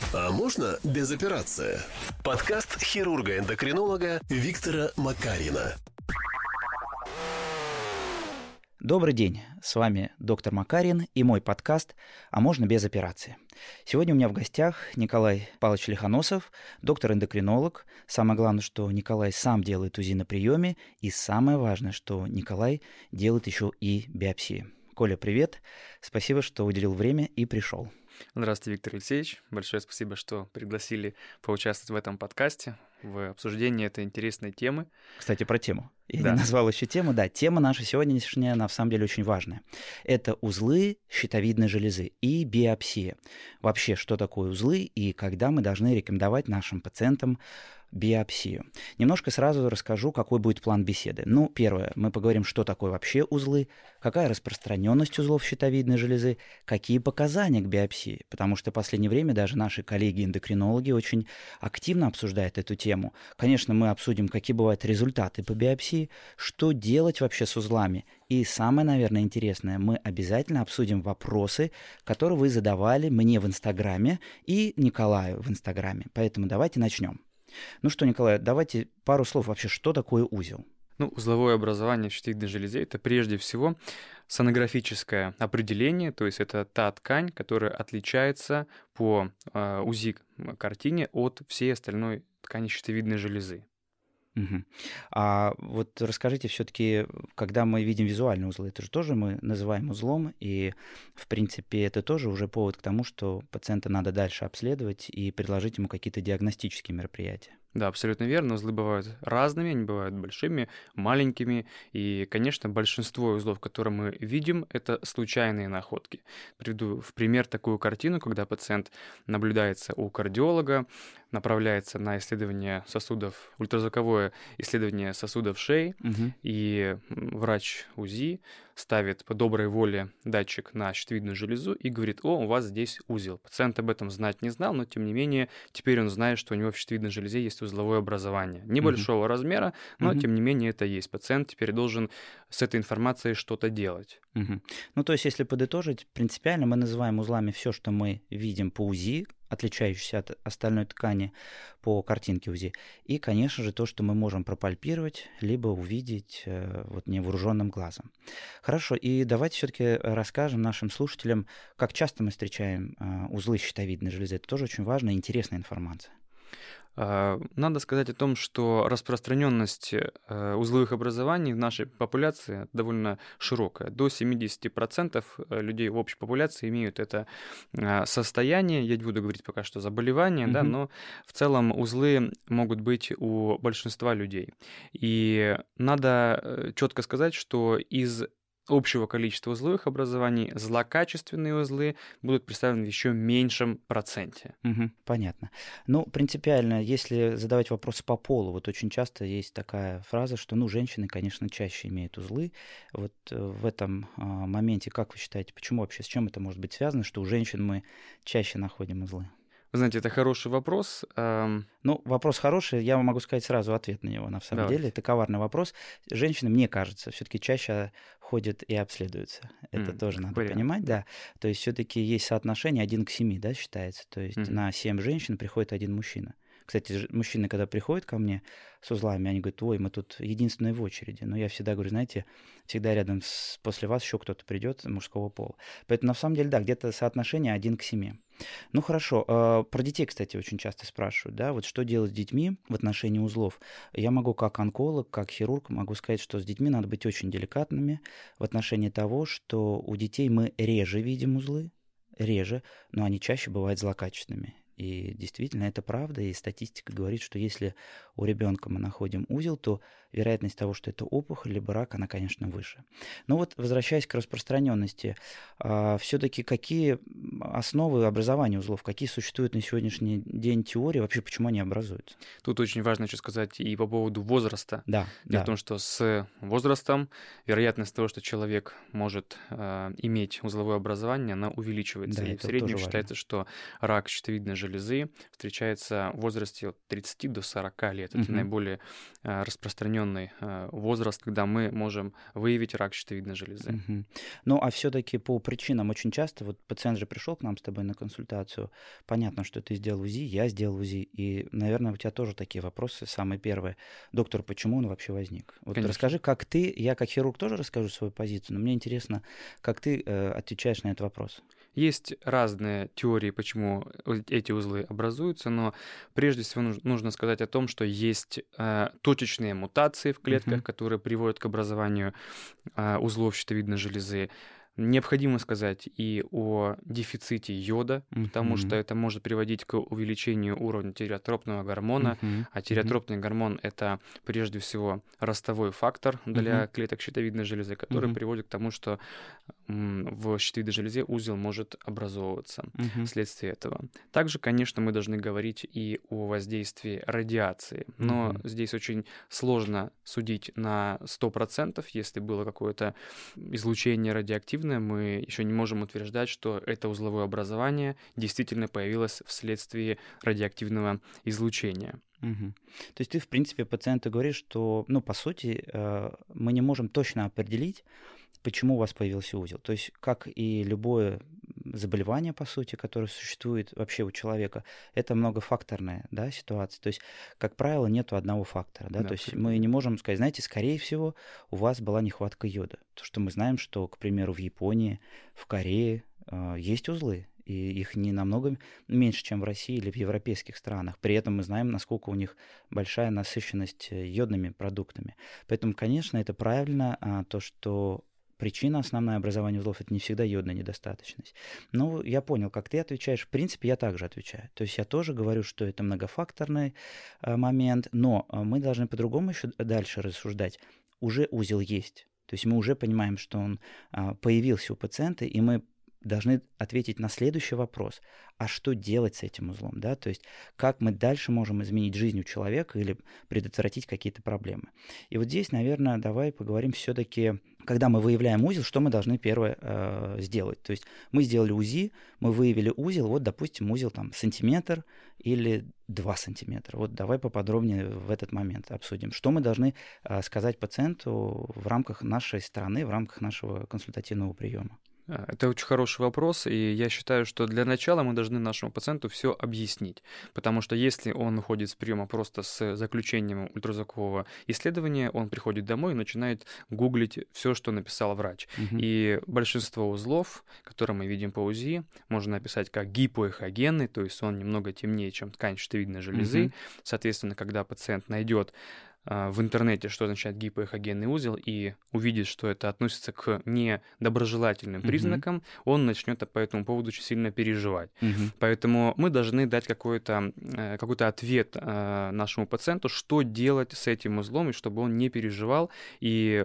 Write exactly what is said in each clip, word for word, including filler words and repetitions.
А можно без операции? Подкаст хирурга-эндокринолога Виктора Макарина. Добрый день, с вами доктор Макарин и мой подкаст «А можно без операции?». Сегодня у меня в гостях Николай Павлович Лихоносов, доктор-эндокринолог. Самое главное, что Николай сам делает УЗИ на приеме, и самое важное, что Николай делает еще и биопсии. Коля, привет, спасибо, что уделил время и пришел. Здравствуйте, Виктор Алексеевич. Большое спасибо, что пригласили поучаствовать в этом подкасте, в обсуждении этой интересной темы. Кстати, про тему. Я да. не назвал еще тему. Да, тема наша сегодняшняя, на самом деле, очень важная. Это узлы щитовидной железы и биопсия. Вообще, что такое узлы и когда мы должны рекомендовать нашим пациентам биопсию. Немножко сразу расскажу, какой будет план беседы. Ну, первое, мы поговорим, что такое вообще узлы, какая распространенность узлов щитовидной железы, какие показания к биопсии, потому что в последнее время даже наши коллеги-эндокринологи очень активно обсуждают эту тему. Конечно, мы обсудим, какие бывают результаты по биопсии, что делать вообще с узлами. И самое, наверное, интересное, мы обязательно обсудим вопросы, которые вы задавали мне в Инстаграме и Николаю в Инстаграме. Поэтому давайте начнем. Ну что, Николай, давайте пару слов вообще, что такое узел? Ну, узловое образование в щитовидной железе – это прежде всего сонографическое определение, то есть это та ткань, которая отличается по э, УЗИ-картине от всей остальной ткани щитовидной железы. Угу. А вот расскажите все-таки, когда мы видим визуальные узлы, это же тоже мы называем узлом, и в принципе это тоже уже повод к тому, что пациента надо дальше обследовать и предложить ему какие-то диагностические мероприятия. Да, абсолютно верно. Узлы бывают разными, они бывают большими, маленькими. И, конечно, большинство узлов, которые мы видим, это случайные находки. Приведу в пример такую картину, когда пациент наблюдается у кардиолога, направляется на исследование сосудов, ультразвуковое исследование сосудов шеи, угу. и врач УЗИ ставит по доброй воле датчик на щитовидную железу и говорит: о, у вас здесь узел. Пациент об этом знать не знал, но тем не менее теперь он знает, что у него в щитовидной железе есть узловое образование. Небольшого uh-huh. размера, но uh-huh. тем не менее это есть. Пациент теперь должен с этой информацией что-то делать. Uh-huh. Ну, то есть, если подытожить, принципиально мы называем узлами все, что мы видим по УЗИ, отличающееся от остальной ткани по картинке УЗИ. И, конечно же, то, что мы можем пропальпировать, либо увидеть э, вот невооруженным глазом. Хорошо, и давайте все-таки расскажем нашим слушателям, как часто мы встречаем э, узлы щитовидной железы. Это тоже очень важная и интересная информация. Надо сказать о том, что распространенность узловых образований в нашей популяции довольно широкая. До семьдесят процентов людей в общей популяции имеют это состояние. Я не буду говорить пока что заболевание, mm-hmm. да, но в целом узлы могут быть у большинства людей. И надо четко сказать, что из общего количества узловых образований злокачественные узлы будут представлены в еще меньшем проценте. Угу, понятно. Ну, принципиально, если задавать вопросы по полу, вот очень часто есть такая фраза, что, ну, женщины, конечно, чаще имеют узлы. Вот в этом а, моменте, как вы считаете, почему вообще, с чем это может быть связано, что у женщин мы чаще находим узлы? Вы знаете, это хороший вопрос. Ну, вопрос хороший, я могу сказать сразу ответ на него, на самом Давайте. деле. Это коварный вопрос. Женщины, мне кажется, все-таки чаще ходят и обследуются. Это mm, тоже надо вариант. понимать, да. То есть все-таки есть соотношение один к семи, да, считается. То есть mm-hmm. на семь женщин приходит один мужчина. Кстати, мужчины, когда приходят ко мне с узлами, они говорят: ой, мы тут единственные в очереди. Но я всегда говорю, знаете, всегда рядом с, после вас еще кто-то придет мужского пола. Поэтому на самом деле, да, где-то соотношение один к семи. Ну хорошо, про детей, кстати, очень часто спрашивают, да, вот что делать с детьми в отношении узлов. Я могу как онколог, как хирург могу сказать, что с детьми надо быть очень деликатными в отношении того, что у детей мы реже видим узлы, реже, но они чаще бывают злокачественными. И действительно это правда, и статистика говорит, что если у ребенка мы находим узел, то вероятность того, что это опухоль либо рак, она, конечно, выше. Но вот возвращаясь к распространенности, все-таки какие основы образования узлов, какие существуют на сегодняшний день теории, вообще почему они образуются? Тут очень важно еще сказать и по поводу возраста. Да. Дело да. в том, что с возрастом вероятность того, что человек может э, иметь узловое образование, она увеличивается. Да, и в среднем считается, важно. что рак щитовидной железы железы встречается в возрасте от тридцати до сорока лет. Это Мгм. наиболее а, распространенный а, возраст, когда мы можем выявить рак щитовидной железы. Мгм. Ну, а все-таки по причинам очень часто, вот пациент же пришел к нам с тобой на консультацию, понятно, что ты сделал УЗИ, я сделал УЗИ, и, наверное, у тебя тоже такие вопросы, самые первые. Доктор, почему он вообще возник? Вот Конечно. расскажи, как ты, я как хирург тоже расскажу свою позицию, но мне интересно, как ты э, отвечаешь на этот вопрос. Есть разные теории, почему э- эти узлы образуются, но прежде всего нуж- нужно сказать о том, что есть э, точечные мутации в клетках, Мгм. которые приводят к образованию а, узлов щитовидной железы. Необходимо сказать и о дефиците йода, потому что Мгм. это может приводить к увеличению уровня тиреотропного гормона, Мгм. а Мгм. тиреотропный гормон — это прежде всего ростовой фактор для Мгм. клеток щитовидной железы, который Мгм. приводит к тому, что м, в щитовидной железе узел может образовываться Мгм. вследствие этого. Также, конечно, мы должны говорить и о воздействии радиации, но Мгм. здесь очень сложно судить на сто процентов, если было какое-то излучение радиоактивное, мы еще не можем утверждать, что это узловое образование действительно появилось вследствие радиоактивного излучения. Мгм. То есть ты, в принципе, пациенту говоришь, что, ну, по сути, э, мы не можем точно определить, почему у вас появился узел. То есть, как и любое заболевание, по сути, которое существует вообще у человека, это многофакторная, да, ситуация. То есть, как правило, нету одного фактора, да. Да, То есть абсолютно мы не верно. можем сказать, знаете, скорее всего, у вас была нехватка йода. То, что мы знаем, что, к примеру, в Японии, в Корее э, есть узлы, и их не намного меньше, чем в России или в европейских странах. При этом мы знаем, насколько у них большая насыщенность э, йодными продуктами. Поэтому, конечно, это правильно, а, то, что причина основная образования узлов — это не всегда йодная недостаточность. Ну, я понял, как ты отвечаешь. В принципе, я также отвечаю. То есть я тоже говорю, что это многофакторный а, момент, но а, мы должны по-другому еще дальше рассуждать. Уже узел есть. То есть мы уже понимаем, что он а, появился у пациента, и мы должны ответить на следующий вопрос. А что делать с этим узлом? Да? То есть как мы дальше можем изменить жизнь у человека или предотвратить какие-то проблемы? И вот здесь, наверное, давай поговорим все-таки, когда мы выявляем узел, что мы должны первое э, сделать. То есть мы сделали УЗИ, мы выявили узел, вот, допустим, узел там сантиметр или два сантиметра. Вот давай поподробнее в этот момент обсудим. Что мы должны э, сказать пациенту в рамках нашей страны, в рамках нашего консультативного приема? А, Это очень хороший вопрос, и я считаю, что для начала мы должны нашему пациенту все объяснить, потому что если он уходит с приема просто с заключением ультразвукового исследования, он приходит домой и начинает гуглить все, что написал врач. Мгм. И большинство узлов, которые мы видим по УЗИ, можно описать как гипоэхогенный, то есть он немного темнее, чем ткань щитовидной железы. Мгм. Соответственно, когда пациент найдет а, в интернете, что означает гипоэхогенный узел, и увидит, что это относится к недоброжелательным Мгм. признакам, он начнет по этому поводу очень сильно переживать. Мгм. Поэтому мы должны дать какой-то, э, какой-то ответ э, нашему пациенту, что делать с этим узлом, и чтобы он не переживал. И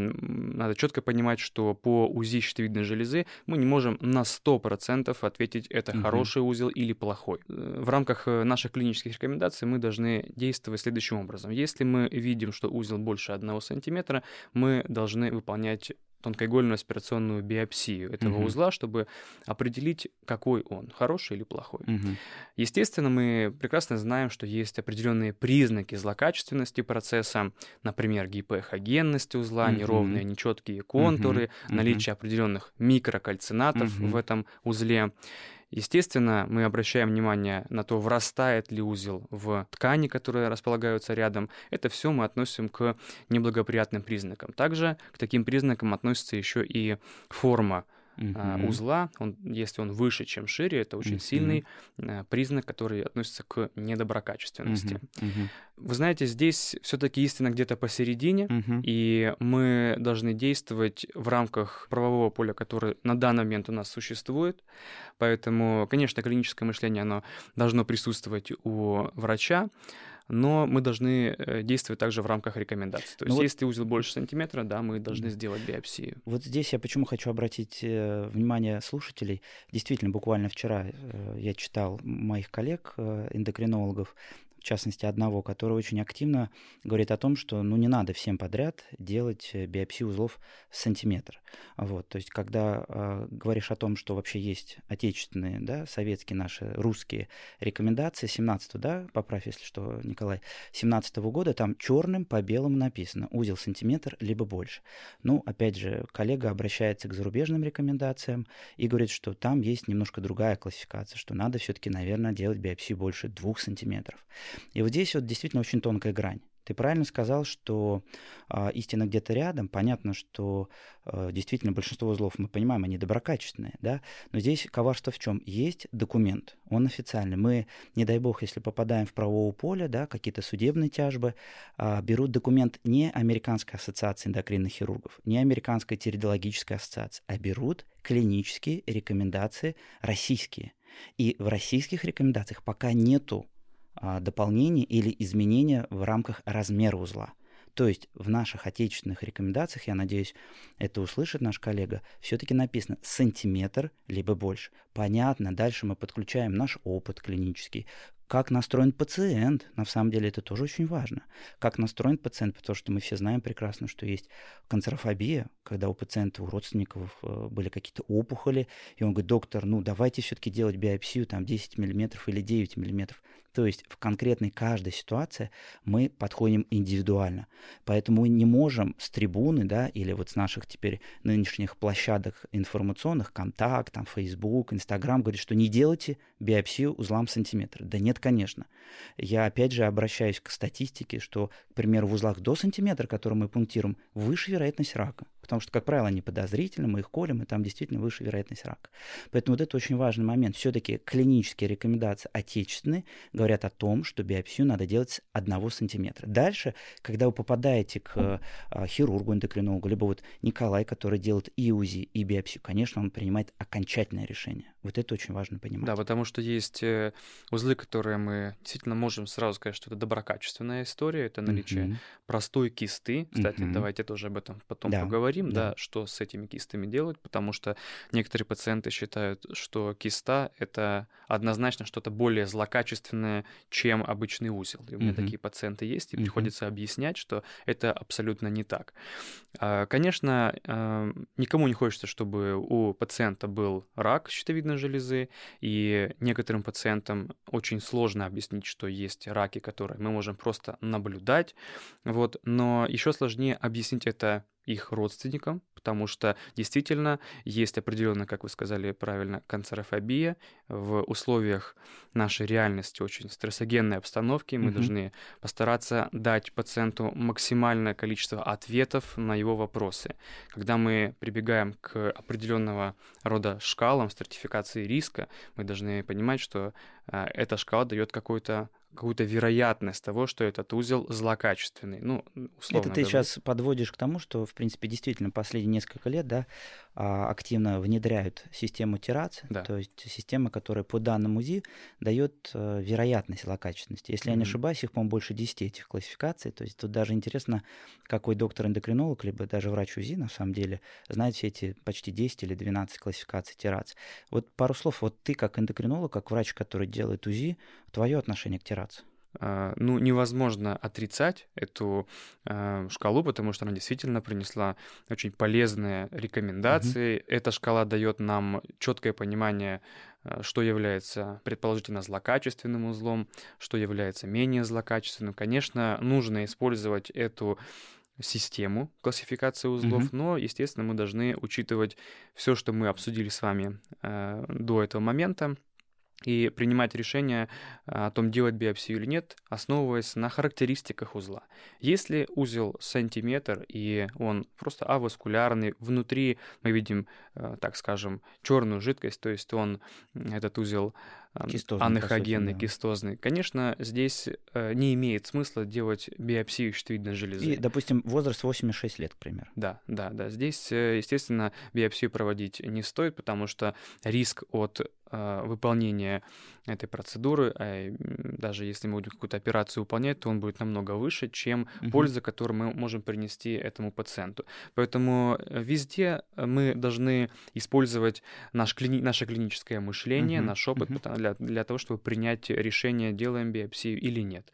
м, надо четко понимать, что по УЗИ щитовидной железы мы не можем на сто процентов ответить, это Мгм. хороший узел или плохой. Э, В рамках э, наших клинических рекомендаций мы должны действовать следующим образом. Если мы видим, что узел больше одного сантиметра, мы должны выполнять тонкоигольную аспирационную биопсию этого Мгм. узла, чтобы определить, какой он, хороший или плохой. Мгм. Естественно, мы прекрасно знаем, что есть определенные признаки злокачественности процесса, например, гипоэхогенность узла, Мгм. неровные, нечеткие Мгм. контуры, Мгм. наличие определенных микрокальцинатов в Мгм. этом узле. Естественно, мы обращаем внимание на то, врастает ли узел в ткани, которые располагаются рядом. Это все мы относим к неблагоприятным признакам. Также к таким признакам относится еще и форма а, Мгм. узла. Он, если он выше, чем шире, это очень Мгм. сильный а, признак, который относится к недоброкачественности. Мгм. Мгм. Вы знаете, здесь все-таки истина где-то посередине, Мгм. и мы должны действовать в рамках правового поля, которое на данный момент у нас существует. Поэтому, конечно, клиническое мышление, оно должно присутствовать у врача, но мы должны э, действовать также в рамках рекомендаций. То Ну есть, вот, если узел больше сантиметра, да, мы должны да. сделать биопсию. Вот здесь я почему хочу обратить э, внимание слушателей. Действительно, буквально вчера э, я читал моих коллег, э, эндокринологов, в в частности, одного, который очень активно говорит о том, что ну, не надо всем подряд делать биопсию узлов в сантиметр. Вот, то есть, когда э, говоришь о том, что вообще есть отечественные, да, советские наши, русские рекомендации семнадцатого, да, поправь, если что, Николай, семнадцатого года, там черным по белому написано узел сантиметр либо больше. Ну, опять же, коллега обращается к зарубежным рекомендациям и говорит, что там есть немножко другая классификация, что надо все-таки, наверное, делать биопсию больше двух сантиметров. И вот здесь вот действительно очень тонкая грань. Ты правильно сказал, что э, истина где-то рядом. Понятно, что э, действительно большинство узлов, мы понимаем, они доброкачественные, да? Но здесь коварство в чем? Есть документ, он официальный. Мы, не дай бог, если попадаем в правовое поле, да, какие-то судебные тяжбы, э, берут документ не Американской ассоциации эндокринных хирургов, не Американской тередологической ассоциации, а берут клинические рекомендации российские. И в российских рекомендациях пока нету дополнения или изменения в рамках размера узла. То есть в наших отечественных рекомендациях, я надеюсь, это услышит наш коллега, все-таки написано сантиметр либо больше. Понятно, дальше мы подключаем наш опыт клинический, как настроен пациент, на самом деле это тоже очень важно. Как настроен пациент, потому что мы все знаем прекрасно, что есть канцерофобия, когда у пациента, у родственников были какие-то опухоли, и он говорит: доктор, ну давайте все-таки делать биопсию там десять миллиметров или девять миллиметров. То есть в конкретной каждой ситуации мы подходим индивидуально. Поэтому мы не можем с трибуны, да, или вот с наших теперь нынешних площадок информационных, Контакт, там, Facebook, Instagram, говорить, что не делайте биопсию узлам сантиметра. Да нет, конечно. Я опять же обращаюсь к статистике, что, к примеру, в узлах до сантиметра, которые мы пунктируем, выше вероятность рака. Потому что, как правило, они подозрительны, мы их колем, и там действительно выше вероятность рака. Поэтому вот это очень важный момент. Все-таки клинические рекомендации отечественные говорят о том, что биопсию надо делать с одного сантиметра. Дальше, когда вы попадаете к а, хирургу, эндокринологу, либо вот Николай, который делает и УЗИ, и биопсию, конечно, он принимает окончательное решение. Вот это очень важно понимать. Да, потому что есть узлы, которые мы действительно можем сразу сказать, что это доброкачественная история, это наличие uh-huh. простой кисты. Кстати, uh-huh. давайте тоже об этом потом да. поговорим, да. да, что с этими кистами делать, потому что некоторые пациенты считают, что киста — это однозначно что-то более злокачественное, чем обычный узел. И у меня uh-huh. такие пациенты есть, и uh-huh. приходится объяснять, что это абсолютно не так. Конечно, никому не хочется, чтобы у пациента был рак щитовидной железы, и некоторым пациентам очень сложно объяснить, что есть раки, которые мы можем просто наблюдать, вот, но еще сложнее объяснить это их родственникам, потому что действительно есть определенная, как вы сказали правильно, канцерофобия. В условиях нашей реальности очень стрессогенной обстановки мы mm-hmm. должны постараться дать пациенту максимальное количество ответов на его вопросы. Когда мы прибегаем к определенного рода шкалам стратификации риска, мы должны понимать, что э, эта шкала дает какой-то какую-то вероятность того, что этот узел злокачественный. Ну, условно Это ты говоря. сейчас подводишь к тому, что, в принципе, действительно последние несколько лет, да, активно внедряют систему Тирц, да. то есть система, которая по данным УЗИ дает вероятность злокачественности. Если mm-hmm. я не ошибаюсь, их, по-моему, больше десяти этих классификаций. То есть тут даже интересно, какой доктор-эндокринолог, либо даже врач УЗИ, на самом деле, знает все эти почти десять или двенадцать классификаций Тирц. Вот пару слов. Вот ты как эндокринолог, как врач, который делает УЗИ, твое отношение к Тирц? Ну, невозможно отрицать эту э, шкалу, потому что она действительно принесла очень полезные рекомендации. Mm-hmm. Эта шкала дает нам четкое понимание, что является предположительно злокачественным узлом, что является менее злокачественным. Конечно, нужно использовать эту систему классификации узлов, mm-hmm. но, естественно, мы должны учитывать все, что мы обсудили с вами э, до этого момента, и принимать решение о том, делать биопсию или нет, основываясь на характеристиках узла. Если узел сантиметр, и он просто аваскулярный, внутри мы видим, так скажем, черную жидкость, то есть он, этот узел кистозный, анахогенный, сути, да. кистозный, конечно, здесь не имеет смысла делать биопсию щитовидной железы. И, допустим, возраст восемьдесят шесть лет, к примеру. Да, да, да. Здесь, естественно, биопсию проводить не стоит, потому что риск от выполнения этой процедуры, а даже если мы будем какую-то операцию выполнять, то он будет намного выше, чем uh-huh. польза, которую мы можем принести этому пациенту. Поэтому везде мы должны использовать наш клини- наше клиническое мышление, uh-huh. наш опыт uh-huh. для, для того, чтобы принять решение, делаем биопсию или нет.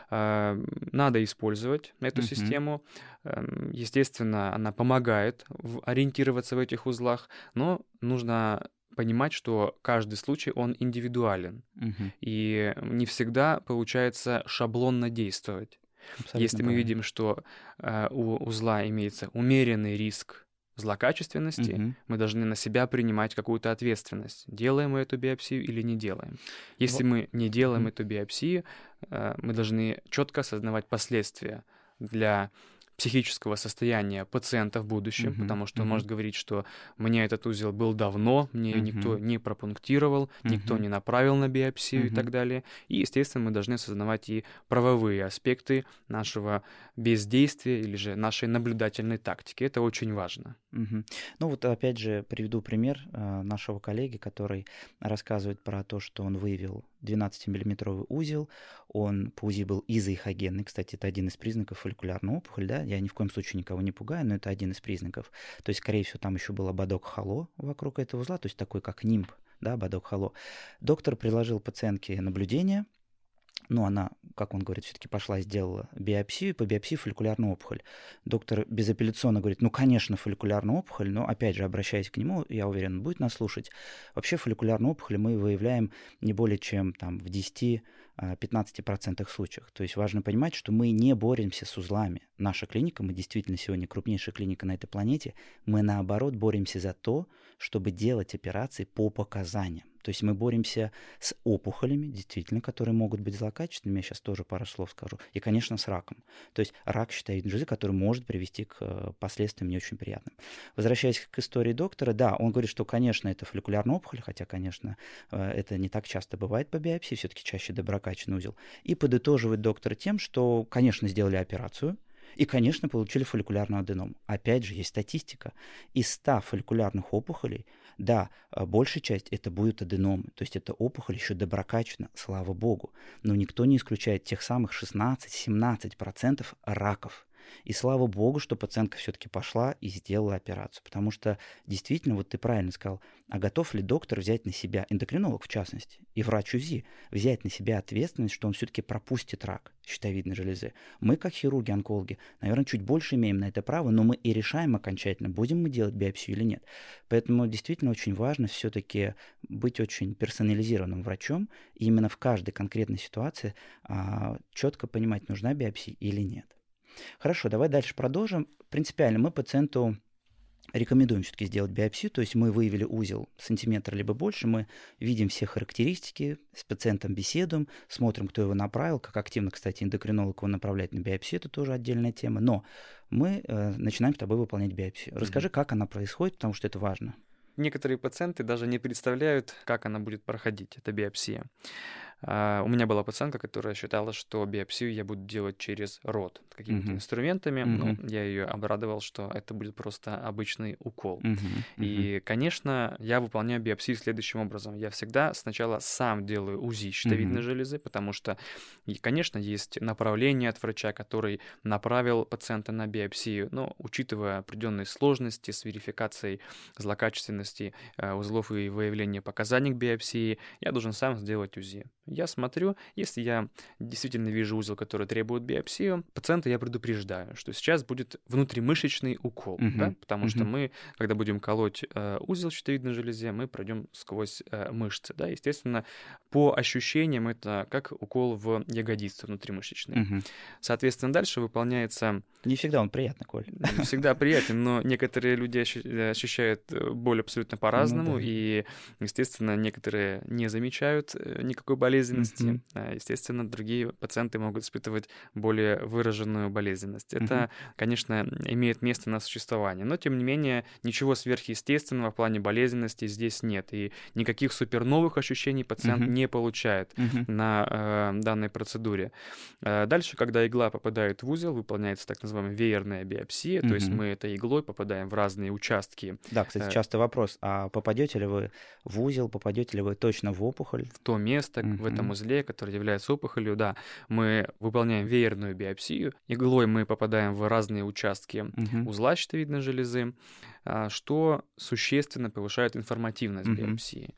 Надо использовать эту uh-huh. систему. Естественно, она помогает ориентироваться в этих узлах, но нужно понимать, что каждый случай, он индивидуален. Uh-huh. И не всегда получается шаблонно действовать. Абсолютно Если правильно. Мы видим, что э, у узла имеется умеренный риск злокачественности, uh-huh. мы должны на себя принимать какую-то ответственность. Делаем мы эту биопсию или не делаем. Если вот. мы не делаем uh-huh. эту биопсию, э, мы должны четко осознавать последствия для психического состояния пациента в будущем, uh-huh, потому что uh-huh. он может говорить, что мне этот узел был давно, мне uh-huh. никто не пропунктировал, uh-huh. никто не направил на биопсию uh-huh. и так далее. И, естественно, мы должны осознавать и правовые аспекты нашего бездействия или же нашей наблюдательной тактики. Это очень важно. Uh-huh. Ну вот опять же приведу пример э, нашего коллеги, который рассказывает про то, что он выявил двенадцатимиллиметровый узел, он по УЗИ был изоэхогенный, кстати, это один из признаков фолликулярной опухоли, да, я ни в коем случае никого не пугаю, но это один из признаков. То есть, скорее всего, там еще был ободок хало вокруг этого узла, то есть такой как нимб, да, ободок хало. Доктор предложил пациентке наблюдение, ну, она, как он говорит, все-таки пошла и сделала биопсию, и по биопсии фолликулярную опухоль. Доктор безапелляционно говорит, ну, конечно, фолликулярная опухоль, но, опять же, обращаясь к нему, я уверен, он будет нас слушать. Вообще фолликулярную опухоль мы выявляем не более чем там, в десяти-пятнадцати процентах случаев. То есть важно понимать, что мы не боремся с узлами. Наша клиника, мы действительно сегодня крупнейшая клиника на этой планете, мы, наоборот, боремся за то, чтобы делать операции по показаниям. То есть мы боремся с опухолями, действительно, которые могут быть злокачественными, я сейчас тоже пару слов скажу, и, конечно, с раком. То есть рак щитовидной железы, который может привести к последствиям не очень приятным. Возвращаясь к истории доктора, да, он говорит, что, конечно, это фолликулярная опухоль, хотя, конечно, это не так часто бывает по биопсии, все-таки чаще доброкачественный узел. И подытоживает доктор тем, что, конечно, сделали операцию, и, конечно, получили фолликулярную аденому. Опять же, есть статистика. Из ста фолликулярных опухолей, да, большая часть это будут аденомы. То есть это опухоль еще доброкачественна, слава богу. Но никто не исключает тех самых шестнадцать-семнадцать процентов раков. И слава богу, что пациентка все-таки пошла и сделала операцию. Потому что действительно, вот ты правильно сказал, а готов ли доктор взять на себя, эндокринолог в частности, и врач УЗИ, взять на себя ответственность, что он все-таки пропустит рак щитовидной железы? Мы, как хирурги-онкологи, наверное, чуть больше имеем на это право, но мы и решаем окончательно, будем мы делать биопсию или нет. Поэтому действительно очень важно все-таки быть очень персонализированным врачом, и именно в каждой конкретной ситуации а, четко понимать, нужна биопсия или нет. Хорошо, давай дальше продолжим. Принципиально мы пациенту рекомендуем все-таки сделать биопсию, то есть мы выявили узел сантиметр либо больше, мы видим все характеристики, с пациентом беседуем, смотрим, кто его направил, как активно, кстати, эндокринолог его направляет на биопсию, это тоже отдельная тема, но мы э, начинаем с тобой выполнять биопсию. Расскажи, mm-hmm. как она происходит, потому что это важно. Некоторые пациенты даже не представляют, как она будет проходить, эта биопсия. Uh, у меня была пациентка, которая считала, что биопсию я буду делать через рот, какими-то uh-huh. инструментами. Uh-huh. Ну, я ее обрадовал, что это будет просто обычный укол. Uh-huh. Uh-huh. И, конечно, я выполняю биопсию следующим образом. Я всегда сначала сам делаю УЗИ щитовидной uh-huh. железы, потому что, и, конечно, есть направление от врача, который направил пациента на биопсию, но учитывая определенные сложности с верификацией злокачественности uh, узлов и выявления показаний к биопсии, я должен сам сделать УЗИ. Я смотрю, если я действительно вижу узел, который требует биопсию, пациента я предупреждаю, что сейчас будет внутримышечный укол, uh-huh. да? Потому uh-huh. что мы, когда будем колоть э, узел в щитовидной железе, мы пройдем сквозь э, мышцы. Да? Естественно, по ощущениям это как укол в ягодицу внутримышечный. Uh-huh. Соответственно, дальше выполняется... Не всегда он приятный, Коль. Не всегда приятен, но некоторые люди ощущают боль абсолютно по-разному, ну, да. и, естественно, некоторые не замечают никакой болезни, болезненности. Mm-hmm. Естественно, другие пациенты могут испытывать более выраженную болезненность. Это, mm-hmm. конечно, имеет место на существование, но, тем не менее, ничего сверхъестественного в плане болезненности здесь нет, и никаких суперновых ощущений пациент mm-hmm. не получает mm-hmm. на э, данной процедуре. Э, дальше, когда игла попадает в узел, выполняется так называемая веерная биопсия, mm-hmm. то есть мы этой иглой попадаем в разные участки. Да, кстати, частый вопрос, а попадете ли вы в узел, попадете ли вы точно в опухоль? В то место, mm-hmm. в этом узле, который является опухолью, да, мы выполняем веерную биопсию, иглой мы попадаем в разные участки uh-huh. узла щитовидной железы, что существенно повышает информативность uh-huh. биопсии.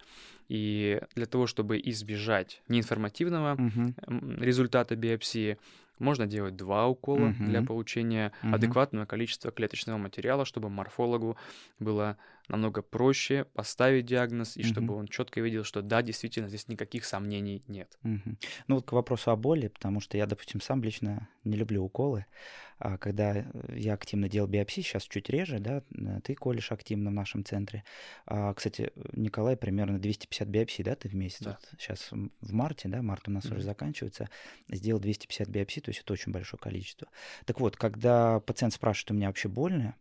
И для того, чтобы избежать неинформативного Мгм. м, результата биопсии, можно делать два укола для Мгм. получения Мгм. адекватного количества клеточного материала, чтобы морфологу было намного проще поставить диагноз, и чтобы Мгм. он четко видел, что да, действительно, здесь никаких сомнений нет. Мгм. Ну вот к вопросу о боли, потому что я, допустим, сам лично не люблю уколы. А когда э, я активно делал биопсии, сейчас чуть реже, да, э, ты колешь активно в нашем центре. А, кстати, Николай, примерно двести пятьдесят биопсий, да, ты в месяц? Да. Вот сейчас в марте, да, март у нас уже Мгм. заканчивается, сделал двести пятьдесят биопсий, то есть это очень большое количество. Так вот, когда пациент спрашивает, у меня вообще больно,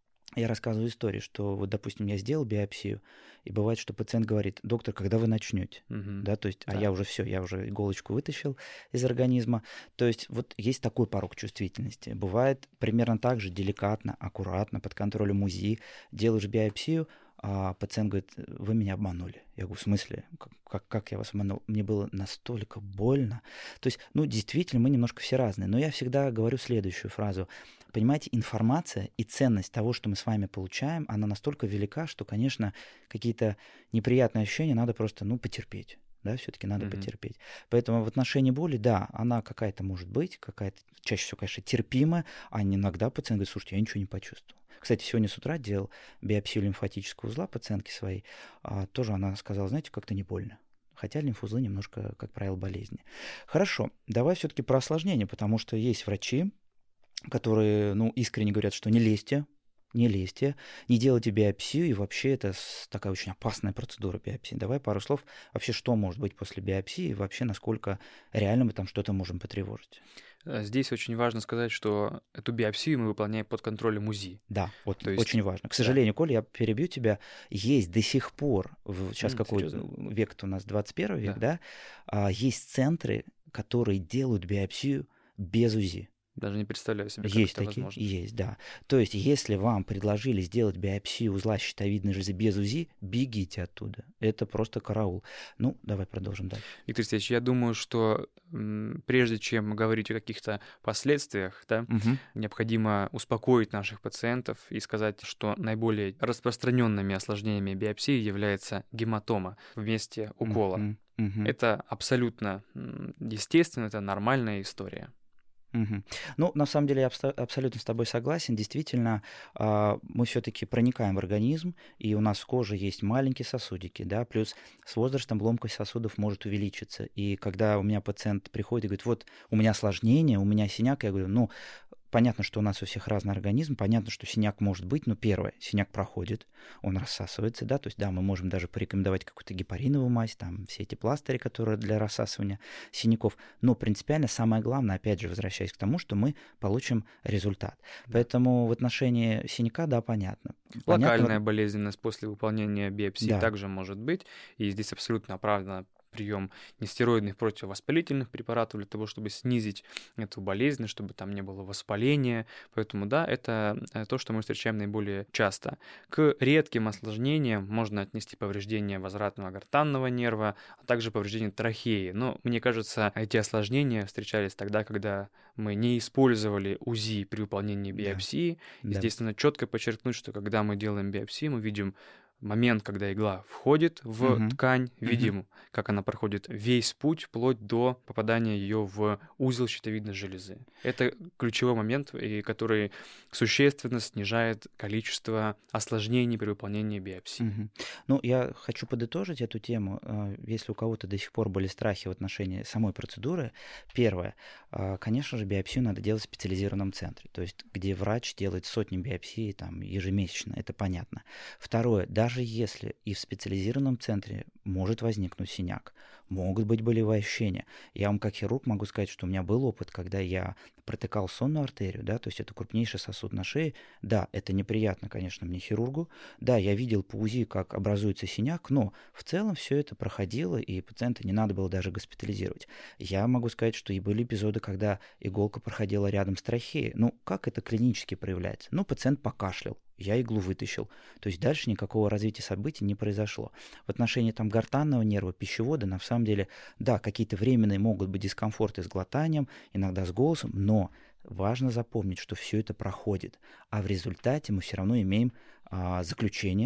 я рассказываю историю, что вот, допустим, я сделал биопсию, и бывает, что пациент говорит: доктор, когда вы начнете? Мгм. Да, то есть, а Да. я уже все, я уже иголочку вытащил из организма. То есть вот есть такой порог чувствительности. Бывает примерно так же деликатно, аккуратно, под контролем УЗИ делаешь биопсию, а пациент говорит: вы меня обманули. Я говорю: в смысле? Как, как, как я вас обманул? Мне было настолько больно. То есть, ну, действительно, мы немножко все разные. Но я всегда говорю следующую фразу. Понимаете, информация и ценность того, что мы с вами получаем, она настолько велика, что, конечно, какие-то неприятные ощущения надо просто, ну, потерпеть. Да, все-таки надо Мгм. потерпеть. Поэтому в отношении боли, да, она какая-то может быть, какая-то чаще всего, конечно, терпимая, а иногда пациент говорит: слушайте, я ничего не почувствовал. Кстати, сегодня с утра делал биопсию лимфатического узла пациентки своей, а, тоже она сказала: знаете, как-то не больно. Хотя лимфоузлы немножко, как правило, болезни. Хорошо, давай все-таки про осложнения, потому что есть врачи, которые, ну, искренне говорят, что не лезьте, не лезьте, не делайте биопсию, и вообще это с- такая очень опасная процедура биопсии. Давай пару слов вообще, что может быть после биопсии, и вообще насколько реально мы там что-то можем потревожить. Э, Здесь очень важно сказать, что эту биопсию мы выполняем под контролем УЗИ. Да, вот То есть, очень важно. К да. сожалению, Коля, я перебью тебя, есть до сих пор, в- сейчас М, какой серьезно? ну, век у нас, двадцать первый век, Да. да, а, есть центры, которые делают биопсию без УЗИ. Даже не представляю себе, как Есть это такие, возможно. есть, да. То есть, если вам предложили сделать биопсию узла щитовидной железы без УЗИ, бегите оттуда. Это просто караул. Ну, давай продолжим дальше. Виктор Алексеевич, я думаю, что м, прежде чем говорить о каких-то последствиях, да, Мгм. необходимо успокоить наших пациентов и сказать, что наиболее распространенными осложнениями биопсии является гематома в месте укола. Мгм. Мгм. Это абсолютно м, естественно, это нормальная история. Мгм. Ну, на самом деле я абсо- абсолютно с тобой согласен. Действительно, а, мы все-таки проникаем в организм, и у нас в коже есть маленькие сосудики, да, плюс с возрастом ломкость сосудов может увеличиться. И когда у меня пациент приходит и говорит: вот у меня осложнение, у меня синяк, я говорю: ну, понятно, что у нас у всех разный организм, понятно, что синяк может быть, но первое, синяк проходит, он рассасывается, да, то есть, да, мы можем даже порекомендовать какую-то гепариновую мазь, там, все эти пластыри, которые для рассасывания синяков, но принципиально самое главное, опять же, возвращаясь к тому, что мы получим результат. Да. Поэтому в отношении синяка, да, понятно. Понятно, Локальная болезненность после выполнения биопсии да. также может быть, и здесь абсолютно оправдан прием нестероидных противовоспалительных препаратов для того, чтобы снизить эту болезнь, чтобы там не было воспаления. Поэтому да, это э, то, что мы встречаем наиболее часто. К редким осложнениям можно отнести повреждение возвратного гортанного нерва, а также повреждение трахеи. Но мне кажется, эти осложнения встречались тогда, когда мы не использовали УЗИ при выполнении Да. биопсии. И Да. здесь надо четко подчеркнуть, что когда мы делаем биопсию, мы видим момент, когда игла входит в Мгм. ткань, Мгм. видим, как она проходит весь путь, вплоть до попадания ее в узел щитовидной железы. Это ключевой момент, и который существенно снижает количество осложнений при выполнении биопсии. Мгм. Ну, я хочу подытожить эту тему. А, Если у кого-то до сих пор были страхи в отношении самой процедуры, первое, а, конечно же, биопсию надо делать в специализированном центре, то есть где врач делает сотни биопсий там, ежемесячно, это понятно. Второе, даже если и в специализированном центре может возникнуть синяк, могут быть болевые ощущения. Я вам как хирург могу сказать, что у меня был опыт, когда я протыкал сонную артерию, да, то есть это крупнейший сосуд на шее. Да, это неприятно, конечно, мне хирургу. Да, я видел по УЗИ, как образуется синяк, но в целом все это проходило, и пациента не надо было даже госпитализировать. Я могу сказать, что и были эпизоды, когда иголка проходила рядом с трахеей. Ну, как это клинически проявляется? Ну, пациент покашлял, я иглу вытащил. То есть дальше никакого развития событий не произошло. В отношении там гортанного нерва, пищевода, на самом деле, да, какие-то временные могут быть дискомфорты с глотанием, иногда с голосом, но важно запомнить, что все это проходит. А в результате мы все равно имеем а, заключение,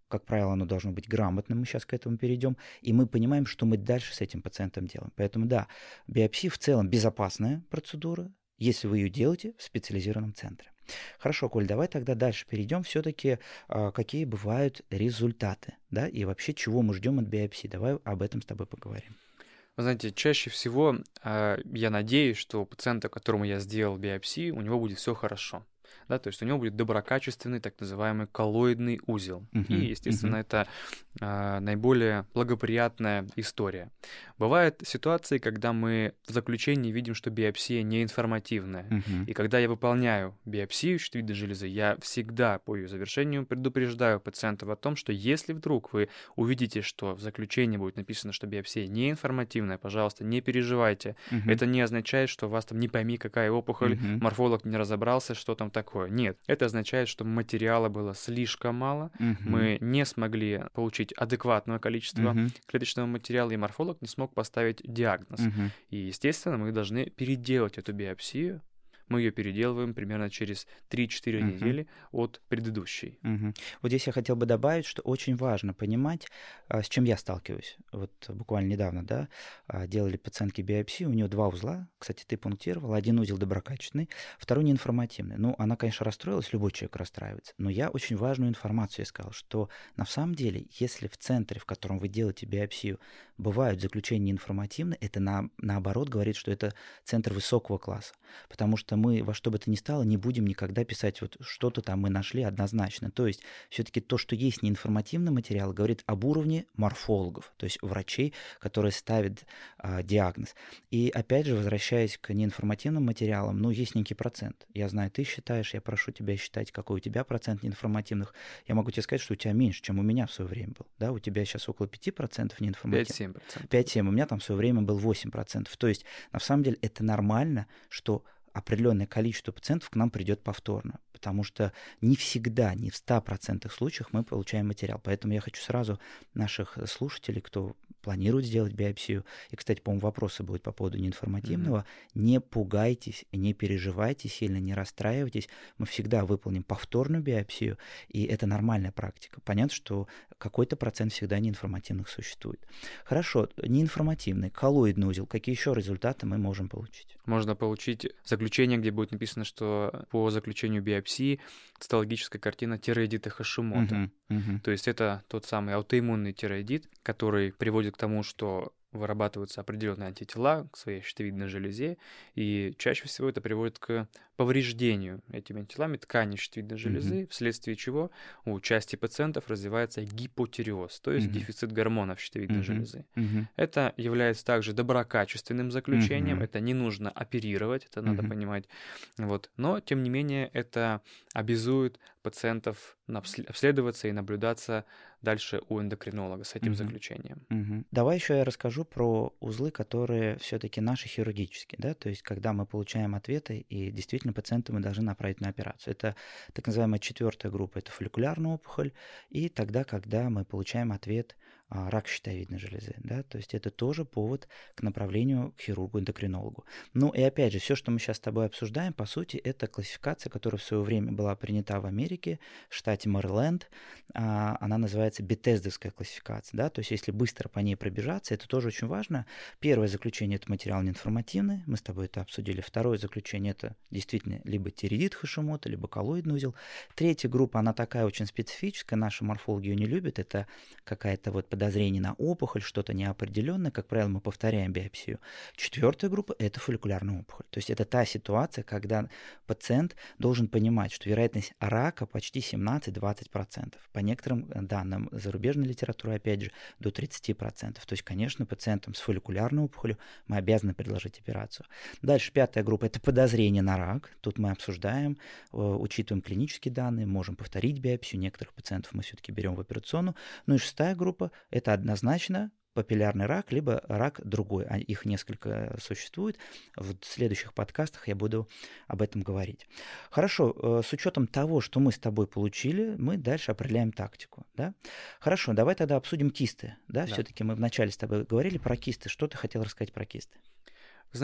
как правило, оно должно быть грамотным, мы сейчас к этому перейдем, и мы понимаем, что мы дальше с этим пациентом делаем. Поэтому да, биопсия в целом безопасная процедура, если вы ее делаете в специализированном центре. Хорошо, Коль, давай тогда дальше перейдем. Все-таки а, какие бывают результаты, да, и вообще чего мы ждем от биопсии. Давай об этом с тобой поговорим. Вы знаете, чаще всего э, я надеюсь, что у пациента, которому я сделал биопсию, у него будет все хорошо. Да, то есть у него будет доброкачественный так называемый коллоидный узел. Uh-huh, и, естественно, uh-huh. это а, наиболее благоприятная история. Бывают ситуации, когда мы в заключении видим, что биопсия неинформативная. Uh-huh. И когда я выполняю биопсию щитовидной железы, я всегда по ее завершению предупреждаю пациентов о том, что если вдруг вы увидите, что в заключении будет написано, что биопсия неинформативная, пожалуйста, не переживайте. Uh-huh. Это не означает, что у вас там не пойми какая опухоль, uh-huh. морфолог не разобрался, что там такое. Нет, это означает, что материала было слишком мало, uh-huh. мы не смогли получить адекватное количество uh-huh. клеточного материала, и морфолог не смог поставить диагноз. Uh-huh. И, естественно, мы должны переделать эту биопсию. Мы ее переделываем примерно через три-четыре uh-huh. недели от предыдущей. Uh-huh. Вот здесь я хотел бы добавить, что очень важно понимать, с чем я сталкиваюсь. Вот буквально недавно, да, делали пациентке биопсию, у нее два узла, кстати, ты пунктировал, один узел доброкачественный, второй неинформативный. Ну, она, конечно, расстроилась, любой человек расстраивается, но я очень важную информацию сказал, что на самом деле, если в центре, в котором вы делаете биопсию, бывают заключения неинформативные, это на, наоборот говорит, что это центр высокого класса, потому что мы во что бы то ни стало не будем никогда писать вот что-то там мы нашли однозначно. То есть все-таки то, что есть неинформативный материал, говорит об уровне морфологов, то есть врачей, которые ставят а, диагноз. И опять же, возвращаясь к неинформативным материалам, ну, есть некий процент. Я знаю, ты считаешь, я прошу тебя считать, какой у тебя процент неинформативных. Я могу тебе сказать, что у тебя меньше, чем у меня в свое время был. Да, у тебя сейчас около пять процентов неинформативных. пять-семь процентов. пять-семь. У меня там в свое время был восемь процентов. То есть, на самом деле, это нормально, что определенное количество пациентов к нам придет повторно, потому что не всегда, не в ста процентах случаях мы получаем материал. Поэтому я хочу сразу наших слушателей, кто планирует сделать биопсию, и, кстати, по-моему, вопросы будут по поводу неинформативного, mm-hmm. не пугайтесь, не переживайте сильно, не расстраивайтесь. Мы всегда выполним повторную биопсию, и это нормальная практика. Понятно, что какой-то процент всегда неинформативных существует. Хорошо, неинформативный, коллоидный узел. Какие еще результаты мы можем получить? Можно получить заключение, где будет написано, что по заключению биопсии цитологическая картина тиреоидита Хашимото. Uh-huh, uh-huh. То есть это тот самый аутоиммунный тиреоидит, который приводит к тому, что вырабатываются определенные антитела к своей щитовидной железе, и чаще всего это приводит к повреждению этими антителами ткани щитовидной железы, mm-hmm. вследствие чего у части пациентов развивается гипотиреоз, то есть mm-hmm. дефицит гормонов щитовидной mm-hmm. железы. Mm-hmm. Это является также доброкачественным заключением, mm-hmm. это не нужно оперировать, это mm-hmm. надо понимать. Вот. Но, тем не менее, это обязует пациентов обследоваться и наблюдаться дальше у эндокринолога с этим mm-hmm. заключением. Mm-hmm. Давай еще я расскажу про узлы, которые все-таки наши хирургические, да, то есть когда мы получаем ответы, и действительно пациента мы должны направить на операцию. Это так называемая четвертая группа, это фолликулярная опухоль, и тогда, когда мы получаем ответ а, рак щитовидной железы, да, то есть это тоже повод к направлению к хирургу-эндокринологу. Ну и опять же, все, что мы сейчас с тобой обсуждаем, по сути, это классификация, которая в свое время была принята в Америке, в штате Мэриленд, а, она называется бетездовская классификация, да, то есть если быстро по ней пробежаться, это тоже очень важно. Первое заключение – это материал неинформативный, мы с тобой это обсудили. Второе заключение – это действительно либо тиреоидит Хашимото, либо коллоидный узел. Третья группа, она такая очень специфическая, наши морфологи ее не любят, это какая-то вот подозрение на опухоль, что-то неопределенное, как правило, мы повторяем биопсию. Четвертая группа – это фолликулярная опухоль, то есть это та ситуация, когда пациент должен понимать, что вероятность рака почти семнадцать-двадцать процентов. По некоторым данным зарубежной литературы, опять же, до тридцать процентов. То есть, конечно, пациентам с фолликулярной опухолью мы обязаны предложить операцию. Дальше пятая группа – это подозрение на рак. Тут мы обсуждаем, учитываем клинические данные, можем повторить биопсию. Некоторых пациентов мы все-таки берем в операционную. Ну и шестая группа – это однозначно папиллярный рак, либо рак другой. А их несколько существует. В следующих подкастах я буду об этом говорить. Хорошо, с учетом того, что мы с тобой получили, мы дальше определяем тактику. Да? Хорошо, давай тогда обсудим кисты. Да? Да. Все-таки мы вначале с тобой говорили про кисты. Что ты хотел рассказать про кисты?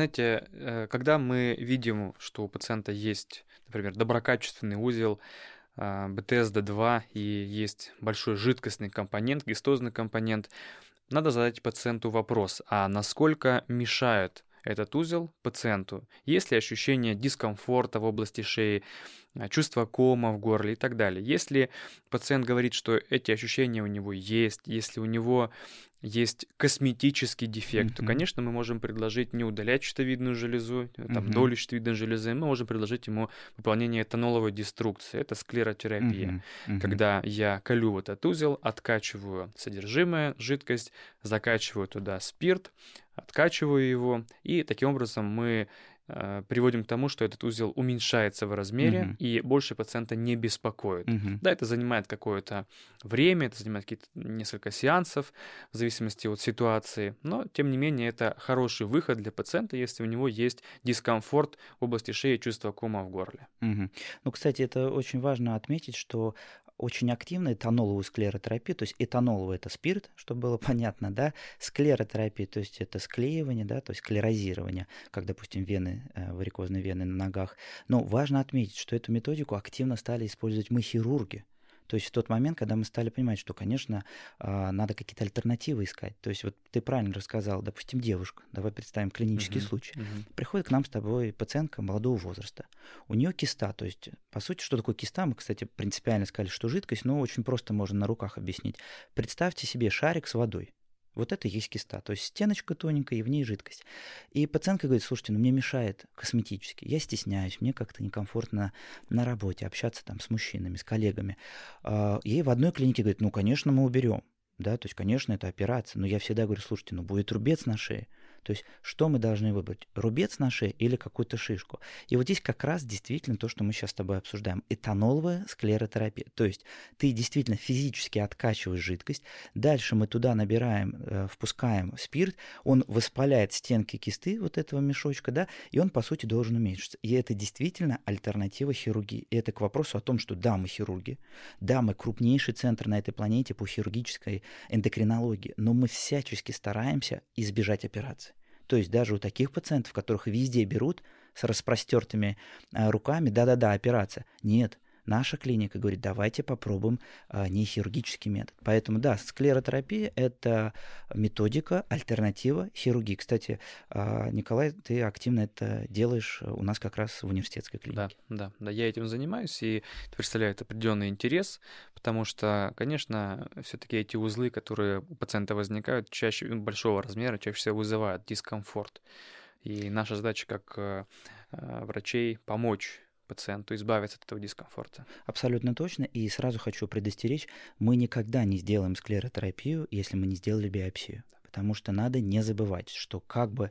Знаете, когда мы видим, что у пациента есть, например, доброкачественный узел, бэ тэ эс дэ два и есть большой жидкостный компонент, гистозный компонент, надо задать пациенту вопрос, а насколько мешает этот узел пациенту? Есть ли ощущение дискомфорта в области шеи, чувство кома в горле и так далее? Если пациент говорит, что эти ощущения у него есть, если у него есть косметический дефект, uh-huh. то, конечно, мы можем предложить не удалять щитовидную железу, там, uh-huh. долю щитовидной железы, мы можем предложить ему выполнение этаноловой деструкции, это склеротерапия, uh-huh. Uh-huh. когда я колю вот этот узел, откачиваю содержимое, жидкость, закачиваю туда спирт, откачиваю его, и таким образом мы э, приводим к тому, что этот узел уменьшается в размере, uh-huh. и больше пациента не беспокоит. Uh-huh. Да, это занимает какое-то время, это занимает какие-то несколько сеансов в зависимости от ситуации, но, тем не менее, это хороший выход для пациента, если у него есть дискомфорт в области шеи, чувство кома в горле. Uh-huh. Ну, кстати, это очень важно отметить, что очень активно этаноловую склеротерапию, то есть этаноловый — это спирт, чтобы было понятно, да, склеротерапия, то есть это склеивание, да, то есть склерозирование, как, допустим, вены, варикозные вены на ногах. Но важно отметить, что эту методику активно стали использовать мы, хирурги. То есть в тот момент, когда мы стали понимать, что, конечно, надо какие-то альтернативы искать. То есть вот ты правильно рассказал, допустим, девушка, давай представим клинический uh-huh, случай. Uh-huh. Приходит к нам с тобой пациентка молодого возраста. У нее киста, то есть, по сути, что такое киста? Мы, кстати, принципиально сказали, что жидкость, но очень просто можно на руках объяснить. Представьте себе шарик с водой. Вот это и есть киста, то есть стеночка тоненькая, и в ней жидкость. И пациентка говорит, слушайте, ну мне мешает косметически, я стесняюсь, мне как-то некомфортно на работе общаться там с мужчинами, с коллегами. Ей в одной клинике говорит, ну, конечно, мы уберем, да, то есть, конечно, это операция, но я всегда говорю, слушайте, ну будет рубец на шее. То есть, что мы должны выбрать? Рубец на шее или какую-то шишку? И вот здесь как раз действительно то, что мы сейчас с тобой обсуждаем. Этаноловая склеротерапия. То есть, ты действительно физически откачиваешь жидкость, дальше мы туда набираем, э, впускаем спирт, он воспаляет стенки кисты вот этого мешочка, да, и он, по сути, должен уменьшиться. И это действительно альтернатива хирургии. И это к вопросу о том, что да, мы хирурги, да, мы крупнейший центр на этой планете по хирургической эндокринологии, но мы всячески стараемся избежать операций. То есть даже у таких пациентов, которых везде берут с распростертыми а, руками, да-да-да, операция. Нет, наша клиника говорит, давайте попробуем а, нехирургический метод. Поэтому да, склеротерапия – это методика, альтернатива хирургии. Кстати, а, Николай, ты активно это делаешь у нас как раз в университетской клинике. Да, да, да, я этим занимаюсь, и это представляет определенный интерес, потому что, конечно, все-таки эти узлы, которые у пациента возникают, чаще большого размера, чаще всего вызывают дискомфорт. И наша задача как э, врачей помочь пациенту избавиться от этого дискомфорта. Абсолютно точно. И сразу хочу предостеречь, мы никогда не сделаем склеротерапию, если мы не сделали биопсию. Потому что надо не забывать, что как бы